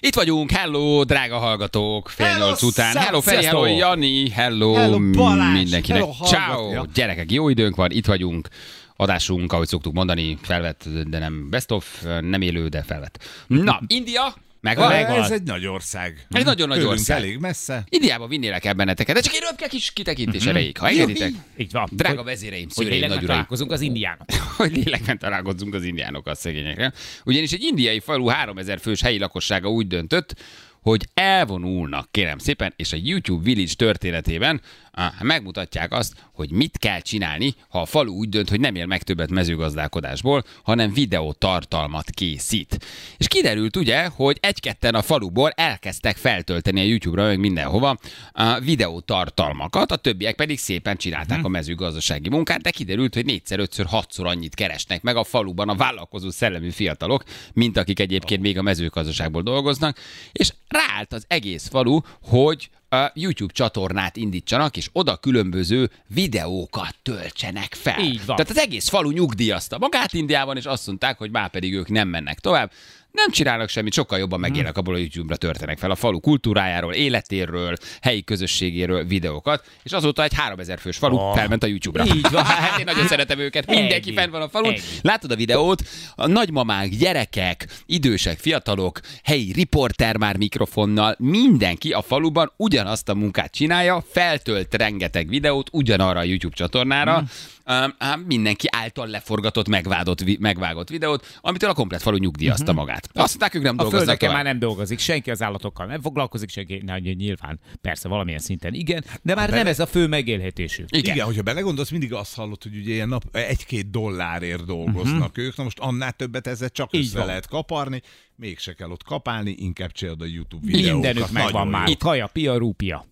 Itt vagyunk, hello, drága hallgatók, fél Hello, nyolc után. Hello, Feri, sziasztok! hello, Jani, hello Balázs, mindenkinek. hello, Ciao, hallgatja. gyerekek, jó időnk van, itt vagyunk. Adásunk, ahogy szoktuk mondani, felvett, de nem best of, nem élő, de felvett. Na, India, megvan? Ez egy nagy ország. Egy nagyon nagy Tőlünk ország. elég messze. Indiába vinnélek el benneteket, de csak egy röpke kis kitekintés erejéig, ha engeditek. Így van. Drága vezéreim, hogy szüleim, lélekben nagy uraim. találkozunk az indiánok. Hogy lélekben találkozzunk az indiánokkal, szegényekre. Ugyanis egy indiai falu 3000 fős helyi lakossága úgy döntött, hogy elvonulnak, kérem szépen, és a YouTube Village történetében megmutatják azt, hogy mit kell csinálni, ha a falu úgy dönt, hogy nem él meg többet mezőgazdálkodásból, hanem videótartalmat készít. És kiderült ugye, hogy egy-ketten a faluból elkezdtek feltölteni a YouTube-ra, meg mindenhova a videótartalmakat, a többiek pedig szépen csinálták a mezőgazdasági munkát, de kiderült, hogy 4-5-6-szor annyit keresnek meg a faluban a vállalkozó szellemű fiatalok, mint akik egyébként még a mezőgazdaságból dolgoznak, és ráállt az egész falu, hogy a YouTube csatornát indítsanak, és oda különböző videókat töltsenek fel. Így van. Tehát az egész falu nyugdíjazta magát Indiában, és azt mondták, hogy már pedig ők nem mennek tovább. Nem csinálnak semmit, sokkal jobban megélnek abból, a YouTube-ra történnek fel a falu kultúrájáról, életéről, helyi közösségéről videókat, és azóta egy 3000 fős falu felment a YouTube-ra. Így van. Hát én nagyon szeretem őket, mindenki Ennyi. fenn van a falun. Ennyi. Látod a videót? A nagymamák, gyerekek, idősek, fiatalok, helyi riporter már mikrofonnal, mindenki a faluban ugyanazt a munkát csinálja, feltölt rengeteg videót ugyanarra a YouTube csatornára, mindenki által leforgatott, megvágott videót, amitől a komplet falu nyugdíjazta magát. Azt mondták, ők nem A dolgoznak földeken tovább. már nem dolgozik, senki az állatokkal nem foglalkozik, senki, nyilván, persze valamilyen szinten igen, de már nem ez a fő megélhetésük. Igen. Hogyha belegondolsz, mindig azt hallod, hogy ugye ilyen nap 1-2 dollárért dolgoznak ők. Na most annál többet ezzel csak Így össze van. lehet kaparni, mégse kell ott kapálni, inkább csináld a YouTube videókat. Mindenük megvan Nagyon már. jó. Kaja, pia, rúpia.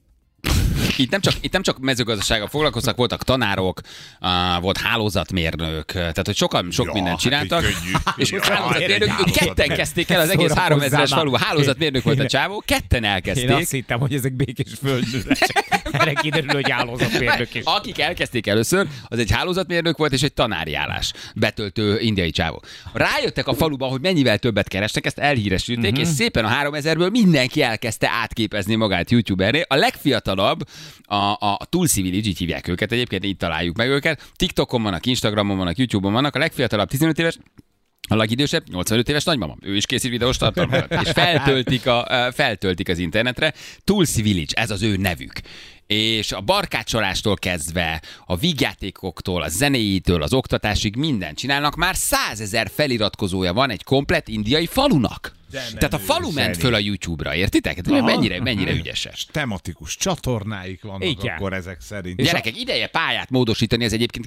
Itt nem csak mezőgazdasággal foglalkoztak, voltak tanárok, volt hálózatmérnök, tehát hogy sok mindent csináltak. Hát, könnyű. És Ja, hálózatmérnök, egy ők ketten hálózatmérnök. kezdték el az egész Szórakozzál 3000-es már. falu. Hálózatmérnök volt a csávó, ketten Én elkezdték. azt hittem, hogy ezek békés földművesek. Erre kiderül, hogy állózatmérnök is. Akik elkezdték először, az egy hálózatmérnök volt és egy tanári állás. Betöltő indiai csávó. Rájöttek a faluban, hogy mennyivel többet keresnek, ezt elhíresülték, és szépen a 3000-ből mindenki elkezdte átképezni magát youtuberré. A legfiatalabb, a Tulsi Village, így hívják őket, egyébként így találjuk meg őket. TikTokon vannak, Instagramon vannak, YouTube-on vannak, a legfiatalabb 15 éves, a legidősebb 85 éves nagymama. Ő is készít videós tartalmakat. És feltöltik az internetre. Tulsi Village, ez az ő nevük. És a barkácsolástól kezdve, a vígjátékoktól, a zenéjétől, az oktatásig mindent csinálnak. Már 100 000 feliratkozója van egy komplett indiai falunak. Tehát a falu ment föl a YouTube-ra, értitek? Hát mennyire ügyesek. Tematikus csatornáik vannak Igen. akkor ezek szerint. Gyerekek, ideje pályát módosítani, ez egyébként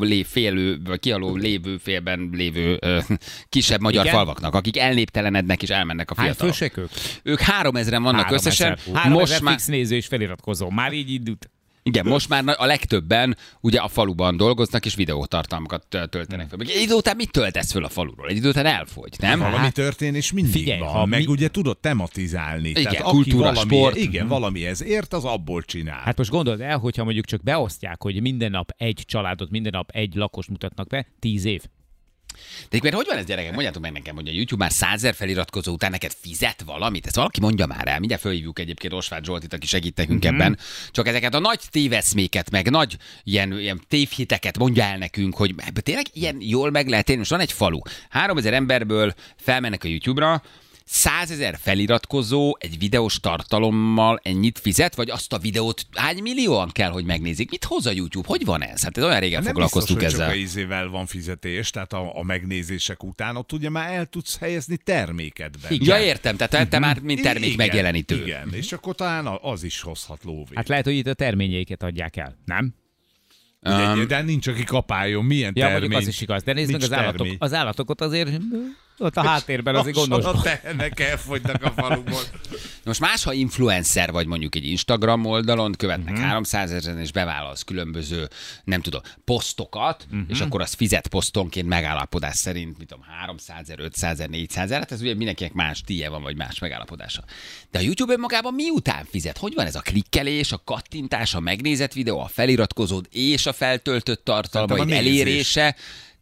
kihaló lévő félben lévő kisebb magyar Igen? falvaknak, akik elnéptelenednek és elmennek a Hány fiatalok. fősek ők? Ők 3000-en vannak összesen. 3000 fix néző és feliratkozó. Már így indult. Igen, most már a legtöbben ugye a faluban dolgoznak és videótartalmakat töltenek fel. Egy idő után mit töltesz föl a faluról? Egy idő után elfogy, nem? Valami történés mindig Figyelj, van, ha meg mi- ugye tudod tematizálni. Igen, Tehát kultúra, aki sport. Igen, valamihez ért, az abból csinál. Hát most gondold el, hogyha mondjuk csak beosztják, hogy minden nap egy családot, minden nap egy lakost mutatnak be, 10 év. De mert hogy van ez, gyerekek? Mondjátok meg nekem, hogy a YouTube már 100 000 feliratkozó után neked fizet valamit? Ezt valaki mondja már el. Mindjárt fölhívjuk egyébként Osváth Zsoltit, aki segít nekünk ebben. Csak ezeket a nagy téveszméket, meg nagy ilyen tévhiteket mondja el nekünk, hogy tényleg ilyen jól meg lehet élni. Most van egy falu. 3000 emberből felmennek a YouTube-ra, 100 000 feliratkozó egy videós tartalommal ennyit fizet, vagy azt a videót hány millióan kell, hogy megnézik? Mit hoz a YouTube? Hogy van ez? Hát ez olyan régen Nem foglalkoztunk biztos, ezzel. hogy csak a izével van fizetés, tehát a megnézések után ott ugye már el tudsz helyezni termékedbe. Ja, értem, tehát te már mint termék Igen, megjelenítő. Igen, és akkor talán az is hozhat lóvét. Hát lehet, hogy itt a terményeiket adják el, nem? De nincs, aki kapáljon. Milyen Ja, termény? mondjuk az is igaz. De nézd meg Nincs termény. az állatokat azért ott a háttérben azért Lassan gondos. a tehenek elfogynak a faluból. Most más, ha influencer vagy mondjuk egy Instagram oldalon, követnek 300 000-en, és bevállalsz különböző, nem tudom, posztokat, és akkor az fizet posztonként megállapodás szerint, mit tudom, 300 000, 500 000, 400 000, hát ez ugye mindenkinek más díje van, vagy más megállapodása. De a YouTube önmagában miután fizet? Hogy van ez a klikkelés, a kattintás, a megnézett videó, a feliratkozód és a feltöltött tartalmaid Szerintem a nézés. elérése?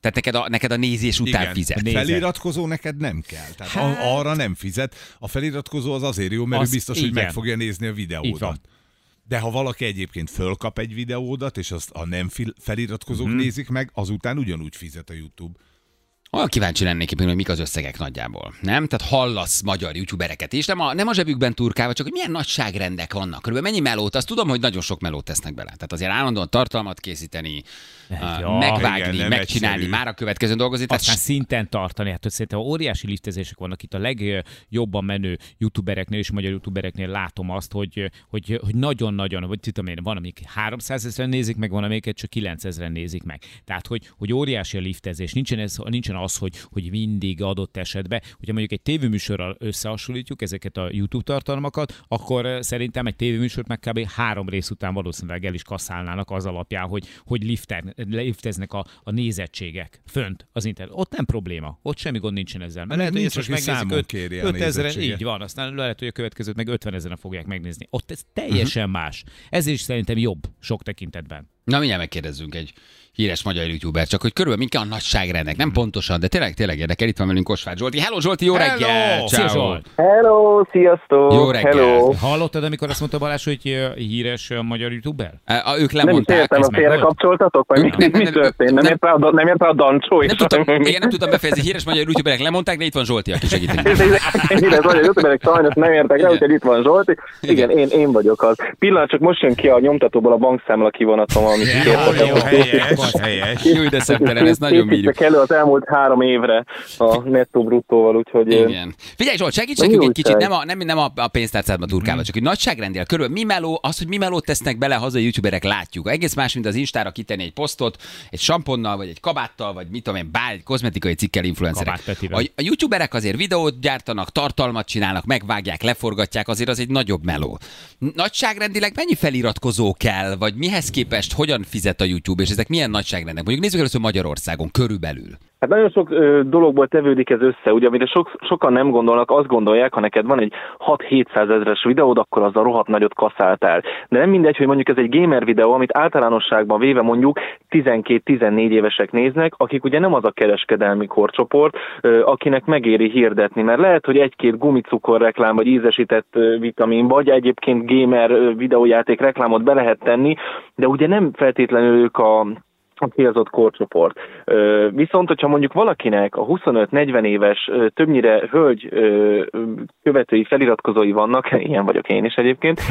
Tehát neked a nézés után Igen, fizet. feliratkozó neked nem kell. Tehát arra nem fizet. A feliratkozó az azért jó, mert ő biztos, hogy meg fogja nézni a videódat. De ha valaki egyébként fölkap egy videódat, és azt a nem feliratkozók nézik meg, azután ugyanúgy fizet a YouTube. Olyan kíváncsi lennék éppen, hogy mik az összegek nagyjából. Nem? Tehát hallasz magyar youtubereket is, nem a zsebükben turkálva, csak hogy milyen nagyságrendek vannak. Körülbelül mennyi melót, azt tudom, hogy nagyon sok melót tesznek bele. Tehát azért állandóan tartalmat készíteni, megvágni, igen, megcsinálni, már a következőn dolgozni. Aztán szinten tartani. Hát szerintem óriási liftezések vannak itt a legjobban menő youtubereknél és magyar youtubereknél látom azt, hogy nagyon-nagyon, vagy tudom én, van, amik 300 000 nézik meg, van, amiket csak 9000 nézik meg. Tehát, hogy óriási a liftezés. Nincsen az, hogy mindig adott esetben, hogyha mondjuk egy tévéműsorral összehasonlítjuk ezeket a YouTube tartalmakat, akkor szerintem egy tévéműsort meg kb. 3 rész után valószínűleg el is kasszálnának az alapján, hogy lifteznek a nézettségek fönt az internet. Ott nem probléma, ott semmi gond nincsen ezzel. Mert lehet, hogy ezt most megnézik 5000, így van, aztán lehet, hogy a következőt meg 50 000 fogják megnézni. Ott ez teljesen más. Ez is szerintem jobb sok tekintetben. Na, mindjárt megkérdezzünk egy híres magyar youtuber, csak hogy körülbelül mink a nagyságrendek, nem pontosan, de tényleg érdekel. Itt van velünk Kosváth Zsolti. Hello Zsolti, jó reggel! Szia Zsolt! Hello, sziasztok! Jó reggel! Hello. Hallottad, amikor azt mondta Balázs, hogy híres magyar youtuber? Ők Nem is lemondták. értem, a félre kapcsoltatok? Vagy mi történt? Nem ért rá a Dancsó? Nem tudtam befejezni, híres magyar youtuberek lemondták, de itt van Zsolti, aki segít. Híres magyar youtuberek sajnos nem értek rá, úgyhogy itt van Zsolti. Igen, én vagyok az. Pillanat, csak most jön ki a nyomtatóból a bankszámla kivonatom, amit Helyes. Jó, de szemtelen, ez nagyon bírjuk. Elő az elmúlt 3 évre a nettó-bruttóval, úgyhogy... Igen. Figyelj Zsolt, segíts nekünk egy kicsit, nem a pénztárcádba turkálva, csak hogy nagyságrendel körül, mi melót tesznek bele, hazai youtuberek látjuk. Egész más, mint az Instára kitenni egy posztot, egy samponnal, vagy egy kabáttal, vagy mit tudom én, egy kozmetikai cikkel influencerek. A youtuberek azért videót gyártanak, tartalmat csinálnak, megvágják, leforgatják, azért az egy nagyobb meló. Nagyságrendileg mennyi feliratkozó kell, vagy mihez képest hogyan fizet a YouTube, és ezek milyen nagyságrendek? Mondjuk nézzük először Magyarországon körülbelül. Hát nagyon sok dologból tevődik ez össze, ugye amire sokan nem gondolnak, azt gondolják, ha neked van egy 6-700 000-es videód, akkor az a rohadt nagyot kaszáltál. De nem mindegy, hogy mondjuk ez egy gamer videó, amit általánosságban véve mondjuk 12-14 évesek néznek, akik ugye nem az a kereskedelmi korcsoport, akinek megéri hirdetni, mert lehet, hogy egy-két gumicukor reklám, vagy ízesített vitamin, vagy egyébként gamer videójáték reklámot be lehet tenni, de ugye nem feltétlenül ők a célzott korcsoport. Viszont, hogyha mondjuk valakinek a 25-40 éves, többnyire hölgy követői, feliratkozói vannak, ilyen vagyok én is egyébként,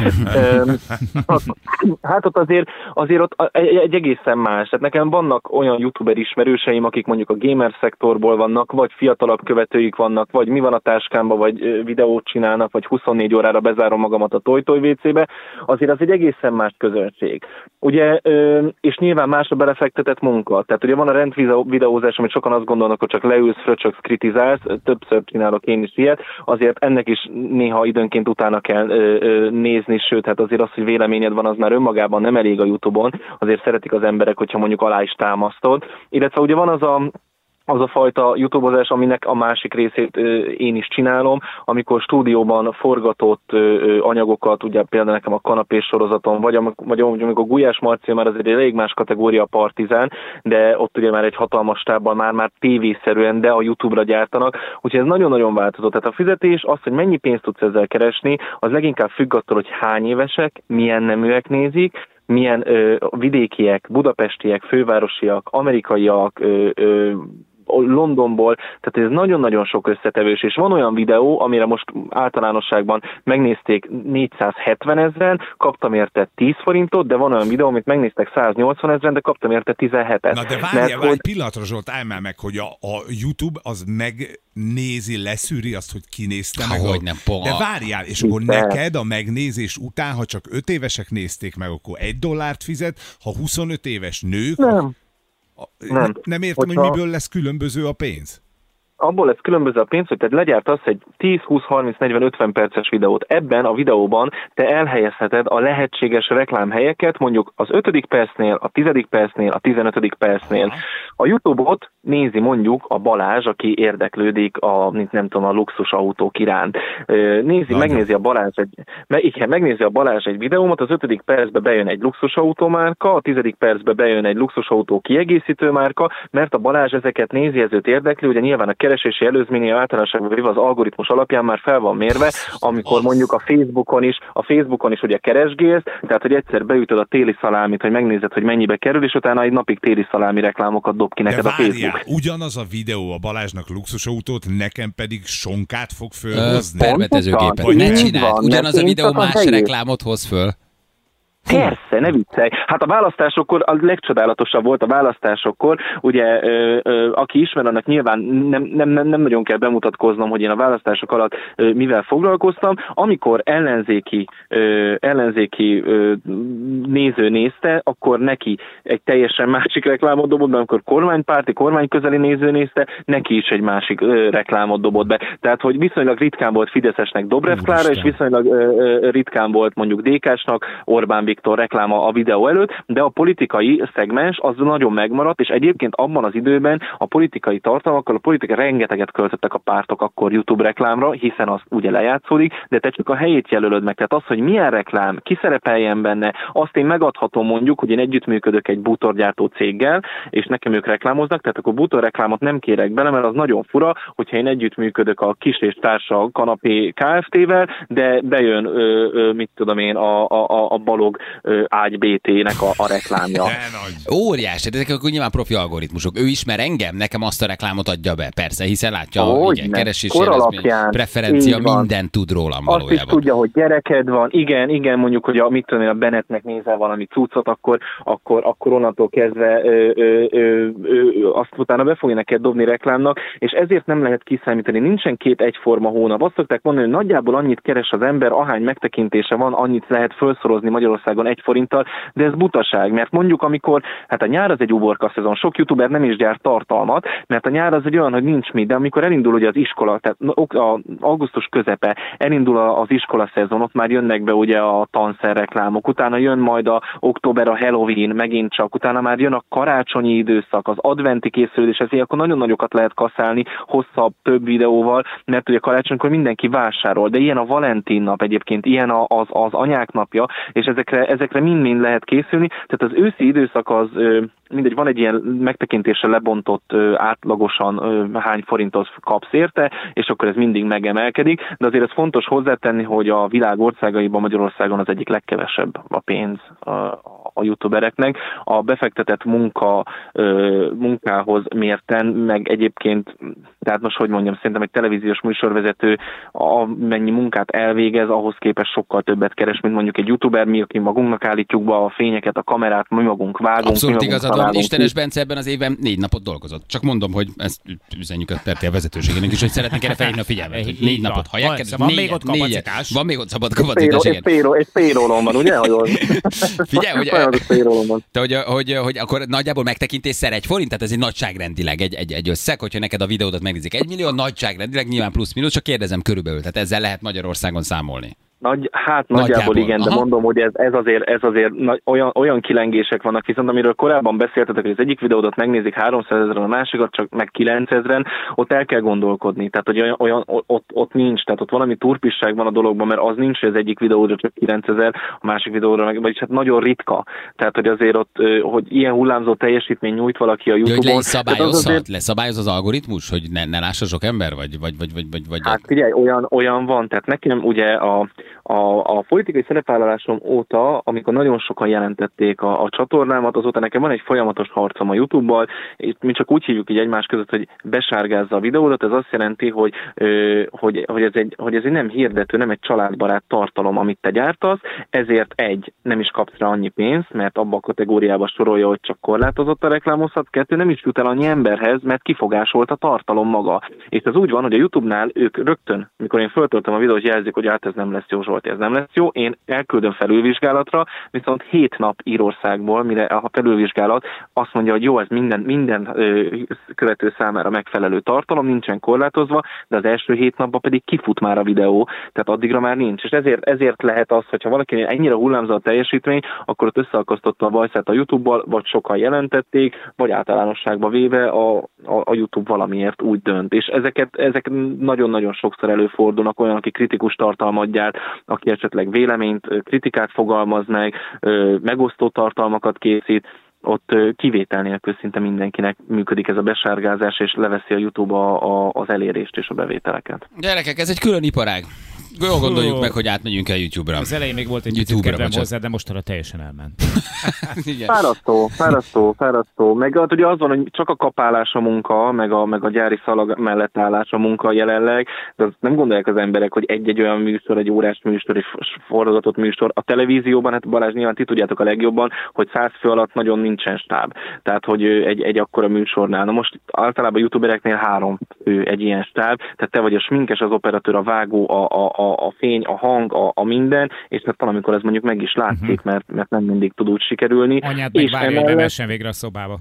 hát ott azért ott egy egészen más. Tehát nekem vannak olyan youtuber ismerőseim, akik mondjuk a gamer szektorból vannak, vagy fiatalabb követőik vannak, vagy mi van a táskámba, vagy videót csinálnak, vagy 24 órára bezárom magamat a Toy WC-be, azért az egy egészen más közönség. Ugye, és nyilván másra belefektetett munka. Tehát ugye van a rendvideózás, amit sokan azt gondolnak, hogy csak leülsz, fröcsöksz, kritizálsz, többször csinálok én is ilyet, azért ennek is néha időnként utána kell nézni, sőt, hát azért az, hogy véleményed van, az már önmagában nem elég a YouTube-on, azért szeretik az emberek, hogyha mondjuk alá is támasztod. Illetve ugye van az a fajta YouTube-ozás, aminek a másik részét én is csinálom, amikor stúdióban forgatott anyagokat, ugye például nekem a kanapés sorozaton, vagy amikor Gulyás Marci már az egy elég más kategória, a Partizán, de ott ugye már egy hatalmas stábban már tévészerűen, de a YouTube-ra gyártanak, úgyhogy ez nagyon-nagyon változott. Tehát a fizetés, az, hogy mennyi pénzt tudsz ezzel keresni, az leginkább függ attól, hogy hány évesek, milyen neműek nézik, milyen vidékiek, budapestiek, fővárosiak, amerikaiak, Londonból, tehát ez nagyon-nagyon sok összetevős, és van olyan videó, amire most általánosságban megnézték 470 000-en, kaptam érte 10 forintot, de van olyan videó, amit megnéztek 180 000-en, de kaptam érte 17-et. Na de várjál, egy pillanatra, Zsolt, állj már meg, hogy a YouTube az megnézi, leszűri azt, hogy kinézte meg. De várjál, és akkor neked a megnézés után, ha csak 5 évesek nézték meg, akkor $1 fizet, ha 25 éves nők... Nem. Nem értem, hogy miből lesz különböző a pénz. abból lesz különböző a pénz, hogy te legyártasz egy 10, 20, 30, 40, 50 perces videót. Ebben a videóban te elhelyezheted a lehetséges reklámhelyeket, mondjuk az 5. percnél, a 10. percnél, a 15. percnél. A YouTube-ot nézi mondjuk a Balázs, aki érdeklődik a luxusautók iránt. Megnézi a Balázs egy videómat, az 5. percbe bejön egy luxusautó márka, a 10. percbe bejön egy luxusautó kiegészítő márka, mert a Balázs ezeket nézi, ez őt érdekli, ugye nyilván a keresési előzménye általánosságban az algoritmus alapján már fel van mérve, amikor mondjuk a Facebookon is ugye keresgélsz, tehát hogy egyszer beütöd a téli szalámit, hogy megnézed, hogy mennyibe kerül, és utána egy napig téli szalámi reklámokat dob ki neked a Facebook. Ugyanaz a videó a Balázsnak luxusautót, nekem pedig sonkát fog fölhozni. Permetezőgépet. Ne csináld, ugyanaz a videó más reklámot hoz föl. Persze, ne viccelj. Hát a választásokkor a legcsodálatosabb volt a választásokkor, ugye aki ismer, annak nyilván nem nagyon kell bemutatkoznom, hogy én a választások alatt mivel foglalkoztam. Amikor ellenzéki néző nézte, akkor neki egy teljesen másik reklámot dobott be, amikor kormányközeli néző nézte, neki is egy másik reklámot dobott be. Tehát, hogy viszonylag ritkán volt fideszesnek Dobrev Klára, és viszonylag ritkán volt mondjuk DK-snak Orbán Viktor rekláma a videó előtt, de a politikai szegmens az nagyon megmaradt, és egyébként abban az időben a politikai tartalmakkal, a politikai rengeteget költöttek a pártok akkor YouTube reklámra, hiszen az ugye lejátszódik, de te csak a helyét jelölöd meg. Tehát az, hogy milyen reklám, ki szerepeljen benne, azt én megadhatom mondjuk, hogy én együttműködök egy bútorgyártó céggel, és nekem ők reklámoznak, tehát akkor bútorreklámot nem kérek bele, mert az nagyon fura, hogyha én együttműködök a Kis és Társa Kanapé Kft-vel, de bejön, a Balog ágy BT-nek a reklámja. Óriás, de ezek akkor nyilván profi algoritmusok. Ő ismer engem, nekem azt a reklámot adja be, persze, hiszen látja, igen, keresési preferencia, mindent tud rólam valójában. Azt is tudja, hogy gyereked van, igen, mondjuk, hogy a Bennettnek nézel valami cuccot, akkor onnantól kezdve azt utána be fogja neked dobni reklámnak, és ezért nem lehet kiszámítani. Nincsen két egyforma hónap. Azt szokták mondani, hogy nagyjából annyit keres az ember, ahány megtekintése van, annyit lehet felszorozni Magyarországon 1 forinttal, de ez butaság, mert mondjuk amikor, hát a nyár az egy uborka szezon, sok youtuber nem is gyárt tartalmat, mert a nyár az egy olyan, hogy nincs mit, de amikor elindul ugye az iskola, tehát augusztus közepe, elindul az iskola szezon, ott már jönnek be ugye a tanszer reklámok, utána jön majd a október, a Halloween, megint csak, utána már jön a karácsonyi időszak, az adventi készülés, ezért akkor nagyon nagyokat lehet kaszálni, hosszabb, több videóval, mert ugye karácsonykor mindenki vásárol, de ilyen a Valentin nap egyébként, ilyen az anyák napja, és ezekre mind-mind lehet készülni, tehát az őszi időszak az mindegy, van egy ilyen megtekintésre lebontott átlagosan hány forintot kapsz érte, és akkor ez mindig megemelkedik, de azért ez fontos hozzátenni, hogy a világ országaiban Magyarországon az egyik legkevesebb a pénz a youtubereknek. A befektetett munkához mérten, meg egyébként, tehát most hogy mondjam, szerintem egy televíziós műsorvezető amennyi munkát elvégez, ahhoz képest sokkal többet keres, mint mondjuk egy youtuber, mi, aki magunknak állítjuk be a fényeket, a kamerát, mi magunk vágunk. Abszolút igazad van, Istenes Bence ebben az évben 4 napot dolgozott. Csak mondom, hogy ezt üzenjük a RTL vezetőségének is, hogy szeretnék erre felhívni a figyelmet, hogy 4 napot hallják. Van még ott kapacitás. Van még ott szabad kapacitás, igen. Egy payrollon van, ugye? Figyelj, hogy akkor nagyjából megtekintésszer 1 forint, tehát ez egy nagyságrendileg egy összeg, hogyha neked a videódat megnézik 1 millió, nagyságrendileg nyilván plusz-minusz, csak kérdezem körülbelül, tehát ezzel lehet Magyarországon számolni. Nagyjából igen, de mondom, hogy ez azért olyan kilengések vannak, viszont amiről korábban beszéltetek, hogy az egyik videódat megnézik 300 000-en, a másikat csak meg 900-en, ott el kell gondolkodni, tehát hogy ott nincs, tehát ott valami turpisság van a dologban, mert az nincs, hogy az egyik videóra csak 9000, a másik videóra meg, vagyis hát nagyon ritka, tehát hogy azért ott, hogy ilyen hullámzó teljesítmény nyújt valaki a YouTube-on. Leszabályoz az algoritmus, hogy ne lássa sok ember, vagy? Hát figyelj, olyan van, tehát nekem ugye a politikai szerepvállalásom óta, amikor nagyon sokan jelentették a csatornámat, azóta nekem van egy folyamatos harcom a YouTube-bal, és mi csak úgy hívjuk így egymás között, hogy besárgázza a videódat, ez azt jelenti, hogy ez egy nem hirdető, nem egy családbarát tartalom, amit te gyártasz, ezért nem is kapsz rá annyi pénzt, mert abba a kategóriába sorolja, hogy csak korlátozottan reklámozhat, 2, nem is jut el annyi emberhez, mert kifogásolt a tartalom maga. És ez úgy van, hogy a YouTube-nál ők rögtön, mikor én föltöltöm a videót, jelzik, hogy hát ez nem lesz jó, Zsolti, ez nem lesz jó, én elküldöm felülvizsgálatra, viszont 7 nap Írországból, mire a felülvizsgálat azt mondja, hogy jó, ez minden követő számára megfelelő tartalom, nincsen korlátozva, de az első 7 napban pedig kifut már a videó, tehát addigra már nincs. És ezért lehet az, hogyha valakinél ennyire hullámzó a teljesítmény, akkor ott összeakasztotta a bajszát a YouTube-bal, vagy sokan jelentették, vagy általánosságban véve a YouTube valamiért úgy dönt. És ezek nagyon-nagyon sokszor előfordulnak, olyan, aki kritikus tartalmat gyárt, aki esetleg véleményt, kritikát fogalmaz meg, megosztó tartalmakat készít, ott kivétel nélkül szinte mindenkinek működik ez a besárgázás, és leveszi a YouTube az elérést és a bevételeket. Gyerekek, ez egy külön iparág. Jól gondoljuk meg, hogy átmegyünk el YouTube-ra. Az elején még volt egy picit kedvem hozzá, de mostanra teljesen elment. Fárasztó. Meg ugye az van, hogy csak a kapálás a munka, meg a gyári szalag mellett állás a munka jelenleg, de azt nem gondolják az emberek, hogy egy olyan műsor, egy órás műsor, egy forgatott műsor. A televízióban, hát Balázs, nyilván ti tudjátok a legjobban, hogy 100 fő alatt nagyon nincsen stáb. Tehát, hogy egy akkora műsornál. Na most általában a youtubereknél 3 fő egy ilyen stáb, tehát te vagy a sminkes, az operatőr, a vágó, a fény, a hang, a minden, és hát valamikor ez mondjuk meg is látszik, mert nem mindig tud úgy sikerülni. Anyád meg várja, hogy bemessen végre a szobába.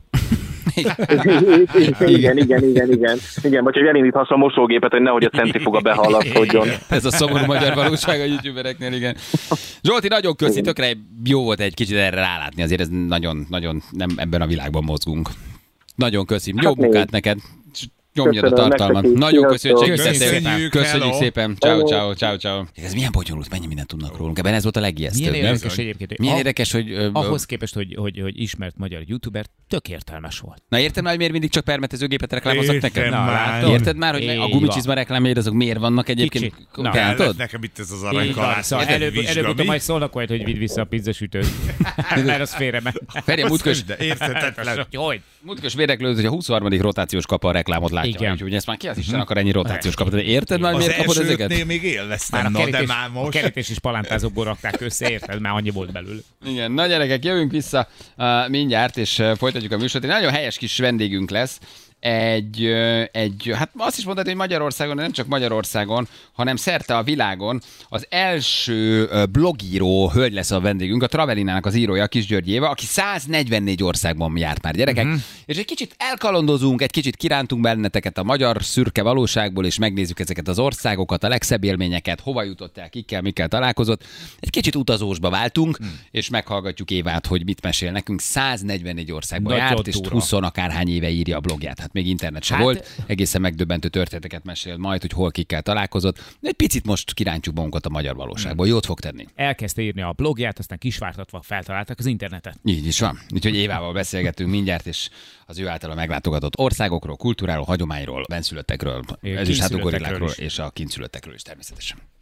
Igen, vagy hogy elindíthass a mosógépet, hogy nehogy a centrifuga behallaszkodjon. Ez a szomorú magyar valóság a youtubereknél, igen. Zsolti, nagyon köszi, tökre jó volt egy kicsit erre rálátni, azért ez nagyon nem ebben a világban mozgunk. Nagyon köszi, jó munkát neked. Nyomjad a tartalmat. Nagyon köszönjük, hogy segítettél. Köszönjük szépen. Ciao. Ez milyen bonyolult, mennyi mindent tudnak rólunk. Ebben ez volt a legijesztőbb. Milyen érdekes egyébként. Milyen érdekes, hogy... Ahhoz képest, hogy ismert magyar youtuber, tök értelmes volt. Na érted már, hogy miért mindig csak permetezőgépet reklámoznak neked? Érted már, hogy a gumicsizma reklámjaid azok miért vannak egyébként? Kellett nekem itt ez az aranykalász. Előbb majd szólnak majd, hogy vidd vissza a pizzasütőt. Mert az félrement. Feri, múltkos védeklődött, hogy a 23. rotációs kapa a reklámot látja. Úgyhogy ezt már ki az Isten akar ennyi rotációs kapot. De érted már, miért kapod ezeket? Az elsőknél még élveztem, de már most. A kerítés is palántázókból rakták össze, érted? Már annyi volt belül. Igen, na gyerekek, jövünk vissza mindjárt, és folytatjuk a műsort. Egy nagyon helyes kis vendégünk lesz. Hát azt is mondhatod, hogy Magyarországon, de nem csak Magyarországon, hanem szerte a világon az első blogíró hölgy lesz a vendégünk, a Travelinának az írója, Kis György Éva, aki 144 országban járt már, gyerekek. És egy kicsit elkalandozunk, egy kicsit kirántunk benneteket a magyar szürke valóságból, és megnézzük ezeket az országokat, a legszebb élményeket, hova jutott el, kikkel, mikkel találkozott. Egy kicsit utazósba váltunk, és meghallgatjuk Évát, hogy mit mesél nekünk. 144 országban járt, és 20 akárhány éve írja a blogját. Hát még internet sem volt, egészen megdöbbentő történeteket mesél majd, hogy hol kikkel találkozott. De egy picit most kirántjuk magunkat a magyar valóságból. Jót fog tenni. Elkezdte írni a blogját, aztán kisvártatva feltaláltak az internetet. Így is van. Úgyhogy Évával beszélgetünk mindjárt, és az ő általa meglátogatott országokról, kultúráról, hagyományról, benszülöttekről, ezüsthátú gorillákról és a kintszülöttekről is természetesen.